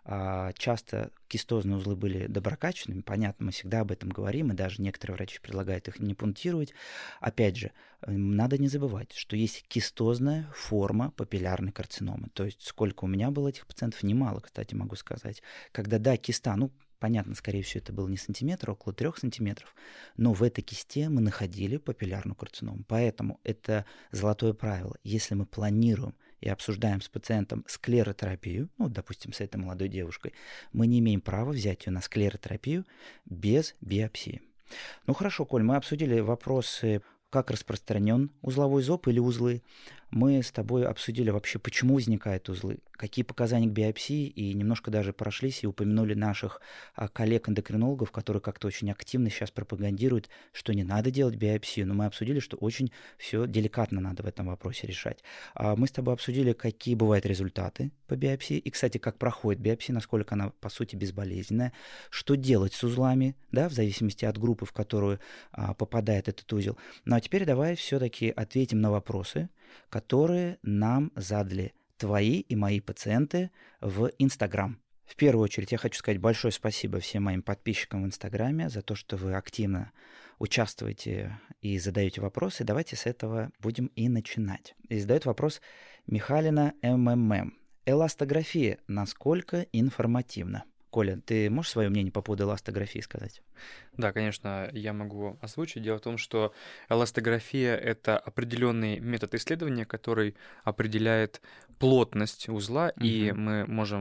а, часто кистозные узлы были доброкачественными, понятно, мы всегда об этом говорим, и даже некоторые врачи предлагают их не пунктировать. Опять же, надо не забывать, что есть кистозная форма папиллярной карциномы. То есть сколько у меня было этих пациентов, немало, кстати, могу сказать. Когда, да, киста, ну, понятно, скорее всего, это был не сантиметр, а около трех сантиметров, но в этой кисте мы находили папиллярную карциному. Поэтому это золотое правило. Если мы планируем и обсуждаем с пациентом склеротерапию, ну, допустим, с этой молодой девушкой, мы не имеем права взять ее на склеротерапию без биопсии. Ну хорошо, Коль, мы обсудили вопросы, как распространен узловой зоб или узлы. Мы с тобой обсудили вообще, почему возникают узлы, какие показания к биопсии, и немножко даже прошлись и упомянули наших а, коллег-эндокринологов, которые как-то очень активно сейчас пропагандируют, что не надо делать биопсию, но мы обсудили, что очень все деликатно надо в этом вопросе решать. А мы с тобой обсудили, какие бывают результаты по биопсии, и, кстати, как проходит биопсия, насколько она, по сути, безболезненная, что делать с узлами, да, в зависимости от группы, в которую а, попадает этот узел. Ну а теперь давай все-таки ответим на вопросы, которые нам задали твои и мои пациенты в Инстаграм. В первую очередь я хочу сказать большое спасибо всем моим подписчикам в Инстаграме за то, что вы активно участвуете и задаете вопросы. Давайте с этого будем и начинать. И задает вопрос Михалина МММ. Эластография насколько информативна? Коля, ты можешь свое мнение по поводу эластографии сказать? Да, конечно, я могу озвучить. Дело в том, что эластография — это определенный метод исследования, который определяет плотность узла, uh-huh. и мы можем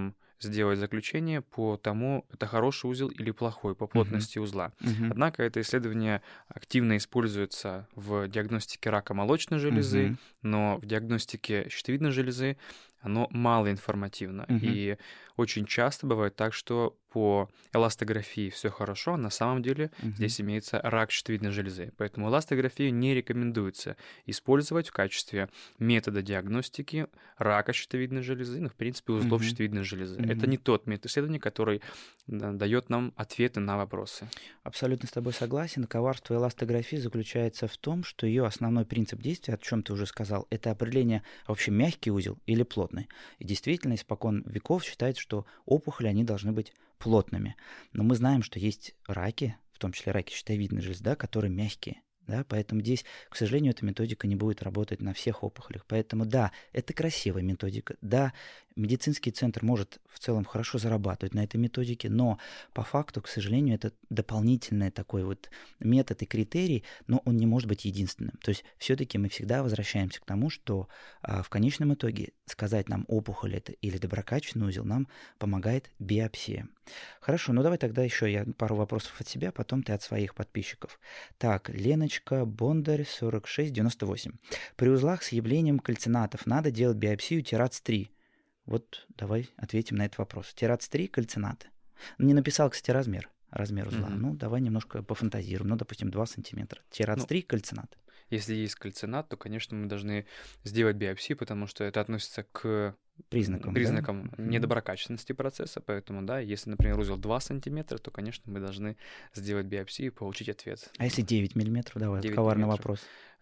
сделать заключение по тому, это хороший узел или плохой, по плотности uh-huh. узла. Uh-huh. Однако это исследование активно используется в диагностике рака молочной железы, uh-huh. но в диагностике щитовидной железы оно малоинформативно. Uh-huh. И очень часто бывает так, что по эластографии все хорошо, а на самом деле uh-huh. здесь имеется рак щитовидной железы. Поэтому эластографию не рекомендуется использовать в качестве метода диагностики рака щитовидной железы, ну, в принципе, узлов uh-huh. щитовидной железы. Uh-huh. Это не тот метод исследования, который дает нам ответы на вопросы. Абсолютно с тобой согласен. Коварство эластографии заключается в том, что ее основной принцип действия, о чем ты уже сказал, это определение вообще мягкий узел или плотный. И действительно, испокон веков считается, что опухоли, они должны быть плотными. Но мы знаем, что есть раки, в том числе раки щитовидной железы, да, которые мягкие. Да, поэтому здесь, к сожалению, эта методика не будет работать на всех опухолях. Поэтому да, это красивая методика. Да, медицинский центр может в целом хорошо зарабатывать на этой методике, но по факту, к сожалению, это дополнительный такой вот метод и критерий, но он не может быть единственным. То есть все-таки мы всегда возвращаемся к тому, что а, в конечном итоге сказать нам, опухоль это или доброкачественный узел, нам помогает биопсия. Хорошо, ну давай тогда еще я пару вопросов от себя, потом ты от своих подписчиков. Так, Леночка Бондарь, сорок шесть девяносто восемь. При узлах с явлением кальцинатов надо делать биопсию Тирац три. Вот давай ответим на этот вопрос. Тирац три, кальцинаты. Не написал, кстати, размер. Размер узла. Mm-hmm. Ну, давай немножко пофантазируем. Ну, допустим, два сантиметра. Тирац три, ну, кальцинаты. Если есть кальцинат, то, конечно, мы должны сделать биопсию, потому что это относится к признакам, признакам да? недоброкачественности процесса. Поэтому, да, если, например, узел два сантиметра, то, конечно, мы должны сделать биопсию и получить ответ. А если девять миллиметров? Давай, коварный вопрос.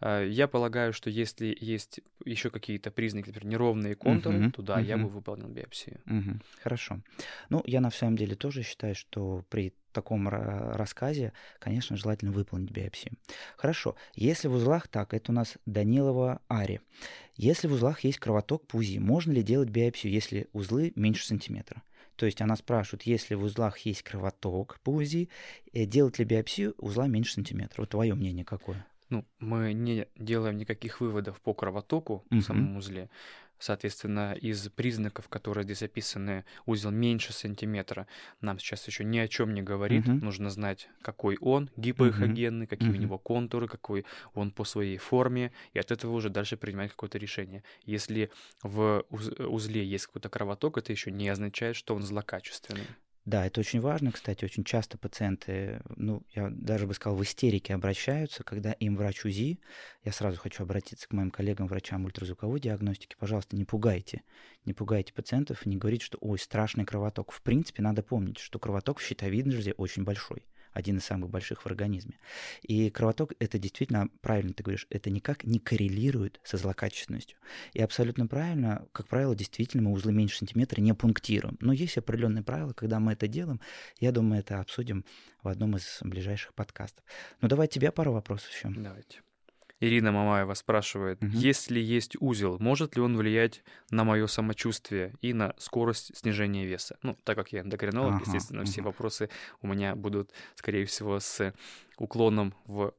Я полагаю, что если есть еще какие-то признаки, например, неровные контуры, uh-huh, то да, uh-huh. я бы выполнил биопсию. Uh-huh. Хорошо. Ну, я на самом деле тоже считаю, что при таком рассказе, конечно, желательно выполнить биопсию. Хорошо. Если в узлах, так, это у нас Данилова Ари. Если в узлах есть кровоток по УЗИ, можно ли делать биопсию, если узлы меньше сантиметра? То есть она спрашивает, если в узлах есть кровоток по УЗИ, делать ли биопсию узла меньше сантиметра? Вот твое мнение какое? Ну, мы не делаем никаких выводов по кровотоку uh-huh. в самом узле. Соответственно, из признаков, которые здесь описаны, узел меньше сантиметра, нам сейчас еще ни о чем не говорит. Uh-huh. Нужно знать, какой он, гипоэхогенный, uh-huh. какие uh-huh. у него контуры, какой он по своей форме, и от этого уже дальше принимать какое-то решение. Если в узле есть какой-то кровоток, это еще не означает, что он злокачественный. Да, это очень важно, кстати, очень часто пациенты, ну, я даже бы сказал, в истерике обращаются, когда им врач УЗИ, я сразу хочу обратиться к моим коллегам, врачам ультразвуковой диагностики, пожалуйста, не пугайте, не пугайте пациентов и не говорите, что, ой, страшный кровоток. В принципе, надо помнить, что кровоток в щитовидной железе очень большой, один из самых больших в организме. И кровоток, это действительно, правильно ты говоришь, это никак не коррелирует со злокачественностью. И абсолютно правильно, как правило, действительно мы узлы меньше сантиметра не пунктируем. Но есть определенные правила, когда мы это делаем. Я думаю, это обсудим в одном из ближайших подкастов. Ну, давай тебе пару вопросов еще. Давайте. Ирина Мамаева спрашивает, угу. если есть узел, может ли он влиять на мое самочувствие и на скорость снижения веса? Ну, так как я эндокринолог, ага, естественно, ага. все вопросы у меня будут, скорее всего, с уклоном в,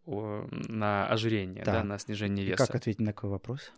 на ожирение, да, на снижение веса. И как ответить на такой вопрос?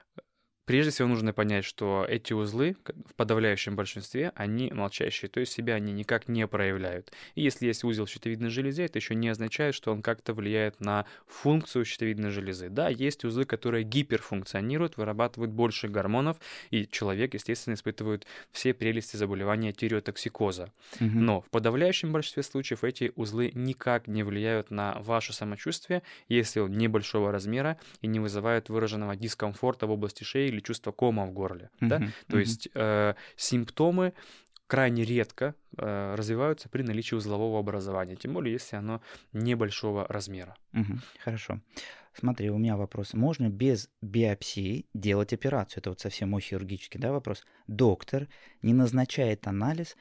Прежде всего нужно понять, что эти узлы в подавляющем большинстве, они молчащие, то есть себя они никак не проявляют. И если есть узел в щитовидной железе, это еще не означает, что он как-то влияет на функцию щитовидной железы. Да, есть узлы, которые гиперфункционируют, вырабатывают больше гормонов, и человек, естественно, испытывает все прелести заболевания тиреотоксикоза. Угу. Но в подавляющем большинстве случаев эти узлы никак не влияют на ваше самочувствие, если он небольшого размера и не вызывает выраженного дискомфорта в области шеи или чувство кома в горле. Uh-huh, да? То uh-huh. есть э, симптомы крайне редко э, развиваются при наличии узлового образования, тем более если оно небольшого размера. Uh-huh. Хорошо. Смотри, у меня вопрос. Можно без биопсии делать операцию? Это вот совсем мой хирургический, да, вопрос. Доктор не назначает анализ,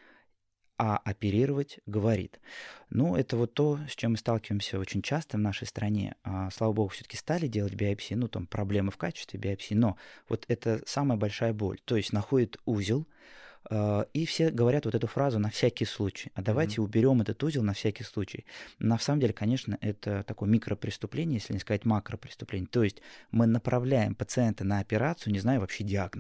а оперировать говорит. Ну, это вот то, с чем мы сталкиваемся очень часто в нашей стране. А, слава богу, все-таки стали делать биопсии, ну, там проблемы в качестве биопсии, но вот это самая большая боль. То есть находит узел, э, и все говорят вот эту фразу «на всякий случай». А давайте mm-hmm. уберем этот узел на всякий случай. На самом деле, конечно, это такое микропреступление, если не сказать макропреступление. То есть мы направляем пациента на операцию, не зная вообще диагноз.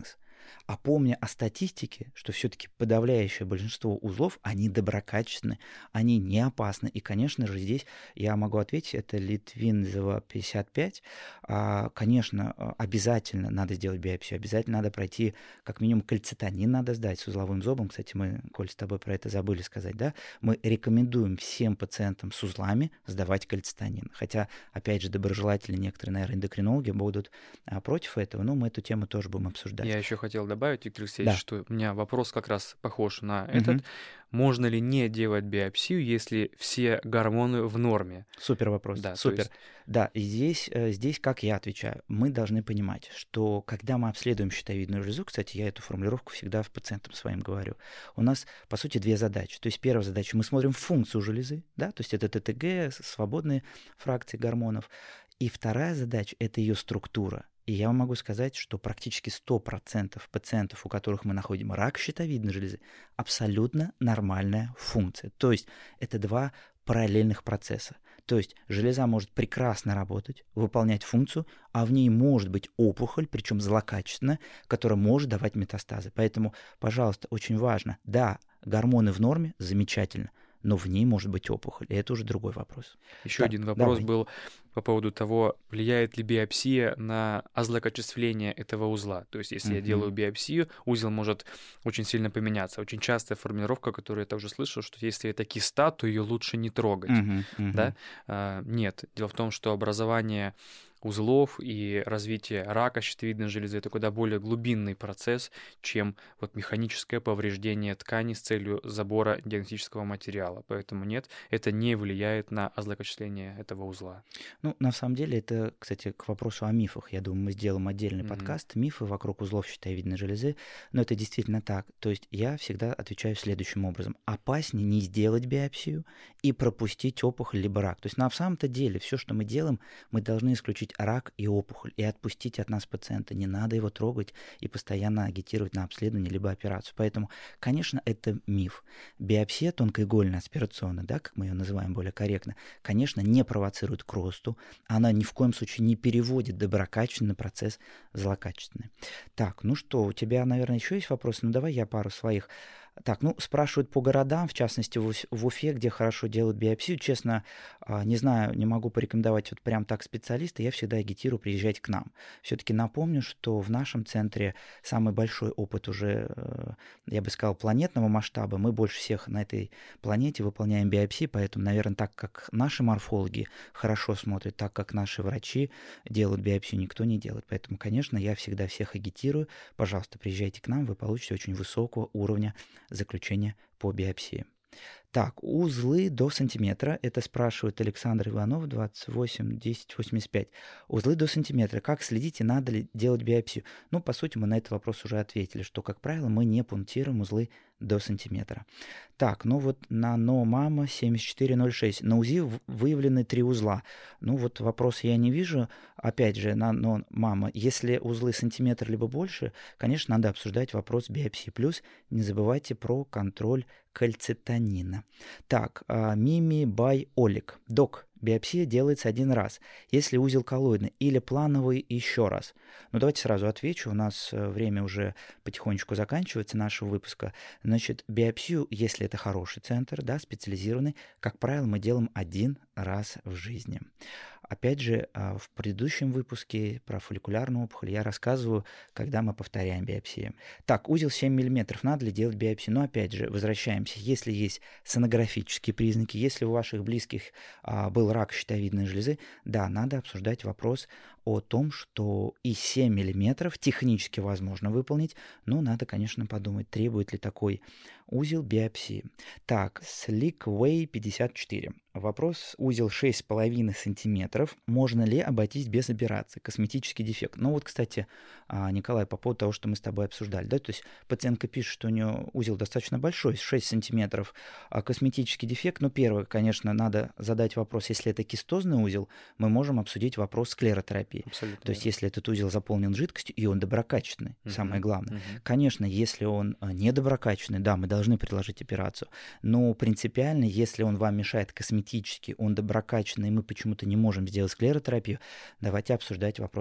А помня о статистике, что все-таки подавляющее большинство узлов, они доброкачественны, они не опасны. И, конечно же, здесь я могу ответить, это Литвинцева пятьдесят пять. А, конечно, обязательно надо сделать биопсию, обязательно надо пройти, как минимум, кальцитонин надо сдать с узловым зобом. Кстати, мы, Коль, с тобой про это забыли сказать, да? Мы рекомендуем всем пациентам с узлами сдавать кальцитонин. Хотя, опять же, доброжелатели, некоторые, наверное, эндокринологи будут а, против этого, но мы эту тему тоже будем обсуждать. Я еще хотел добавить, Виктор Алексеевич, Да. что у меня вопрос как раз похож на Мгм. этот. Можно ли не делать биопсию, если все гормоны в норме? Супер вопрос, Да, то супер. есть Да, и здесь, э, здесь, как я отвечаю, мы должны понимать, что когда мы обследуем щитовидную железу, кстати, я эту формулировку всегда пациентам своим говорю, у нас, по сути, две задачи. То есть первая задача, мы смотрим функцию железы, да, то есть это ТТГ, свободные фракции гормонов. И вторая задача – это ее структура. И я вам могу сказать, что практически сто процентов пациентов, у которых мы находим рак щитовидной железы, абсолютно нормальная функция. То есть это два параллельных процесса. То есть железа может прекрасно работать, выполнять функцию, а в ней может быть опухоль, причем злокачественная, которая может давать метастазы. Поэтому, пожалуйста, очень важно, да, гормоны в норме, замечательно, но в ней может быть опухоль, и это уже другой вопрос. еще Так, один вопрос давай. был по поводу того, влияет ли биопсия на озлокачествление этого узла. То есть, если я Мгм. делаю биопсию, узел может очень сильно поменяться. Очень частая формулировка, которую я также слышал, что если это киста, то ее лучше не трогать. Мгм, мгм. Да? А, нет. Дело в том, что образование узлов и развитие рака щитовидной железы — это куда более глубинный процесс, чем вот механическое повреждение ткани с целью забора диагностического материала. Поэтому нет, это не влияет на озлокочисление этого узла. Ну, на самом деле, это, кстати, к вопросу о мифах. Я думаю, мы сделаем отдельный Мгм. подкаст «Мифы вокруг узлов щитовидной железы». Но это действительно так. То есть я всегда отвечаю следующим образом. Опаснее не сделать биопсию и пропустить опухоль либо рак. То есть на самом-то деле все, что мы делаем, мы должны исключить рак и опухоль и отпустить от нас пациента. Не надо его трогать и постоянно агитировать на обследование либо операцию. Поэтому, конечно, это миф. Биопсия тонкоигольная аспирационная, да, как мы ее называем более корректно, конечно, не провоцирует к росту. Она ни в коем случае не переводит доброкачественный процесс в злокачественный. Так, ну что, у тебя, наверное, еще есть вопросы? Ну давай я пару своих. Так, ну, спрашивают по городам, в частности, в Уф- в Уфе, где хорошо делают биопсию. Честно, а, не знаю, не могу порекомендовать вот прям так специалиста. Я всегда агитирую приезжать к нам. Все-таки напомню, что в нашем центре самый большой опыт уже, э, я бы сказал, планетного масштаба. Мы больше всех на этой планете выполняем биопсии, поэтому, наверное, так как наши морфологи хорошо смотрят, так как наши врачи делают биопсию, никто не делает. Поэтому, конечно, я всегда всех агитирую. Пожалуйста, приезжайте к нам, вы получите очень высокого уровня заключения по биопсии. Так, узлы до сантиметра. Это спрашивает Александр Иванов, двадцать восемь десять восемьдесят пять. Узлы до сантиметра. Как следить и надо ли делать биопсию? Ну, по сути, мы на этот вопрос уже ответили, что, как правило, мы не пунктируем узлы до сантиметра. Так, ну вот на НО-МАМА семьдесят четыре ноль шесть. На УЗИ в- выявлены три узла. Ну вот вопрос я не вижу. Опять же, на НО-МАМА, если узлы сантиметр либо больше, конечно, надо обсуждать вопрос биопсии. Плюс не забывайте про контроль кальцитонина. Так, а, Мими Бай Олик. Док, биопсия делается один раз, если узел коллоидный, или плановый еще раз. Ну, давайте сразу отвечу, у нас э, время уже потихонечку заканчивается нашего выпуска. Значит, биопсию, если это хороший центр, да, специализированный, как правило, мы делаем один раз в жизни. Опять же, а, в предыдущем выпуске про фолликулярную опухоль я рассказываю, когда мы повторяем биопсии. Так, узел семь миллиметров, надо ли делать биопсию? Но опять же, возвращаемся. Если есть сонографические признаки, если у ваших близких а, был рак щитовидной железы, да, надо обсуждать вопрос о том, что и семь миллиметров технически возможно выполнить, но надо, конечно, подумать, требует ли такой узел биопсии. Так, Slickway пятьдесят четыре. Вопрос, узел шесть с половиной сантиметров. Можно ли обойтись без операции? Косметический дефект. Ну вот, кстати, а, Николай, по поводу того, что мы с тобой обсуждали, да, то есть пациентка пишет, что у нее узел достаточно большой, шесть сантиметров, а косметический дефект. Ну, первое, конечно, надо задать вопрос, если это кистозный узел, мы можем обсудить вопрос склеротерапии. Абсолютно То есть верно. если этот узел заполнен жидкостью, и он доброкачественный, Мгм, самое главное. мгм. Конечно, если он а, недоброкачественный, да, мы должны предложить операцию. Но принципиально, если он вам мешает косметически, он доброкачественный, и мы почему-то не можем сделать склеротерапию, давайте обсуждать вопрос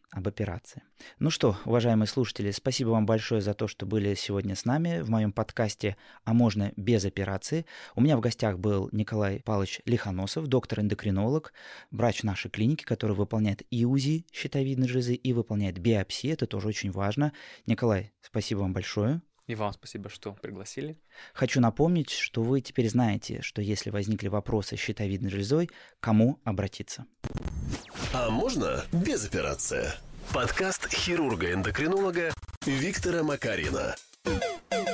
об операции. Ну что, уважаемые слушатели, спасибо вам большое за то, что были сегодня с нами в моем подкасте «А можно без операции?». У меня в гостях был Николай Павлович Лихоносов, доктор-эндокринолог, врач нашей клиники, который выполняет и УЗИ щитовидной железы, и выполняет биопсии. Это тоже очень важно. Николай, спасибо вам большое. И вам спасибо, что пригласили. Хочу напомнить, что вы теперь знаете, что если возникли вопросы с щитовидной железой, к кому обратиться. А можно без операции? Подкаст хирурга-эндокринолога Виктора Макарина.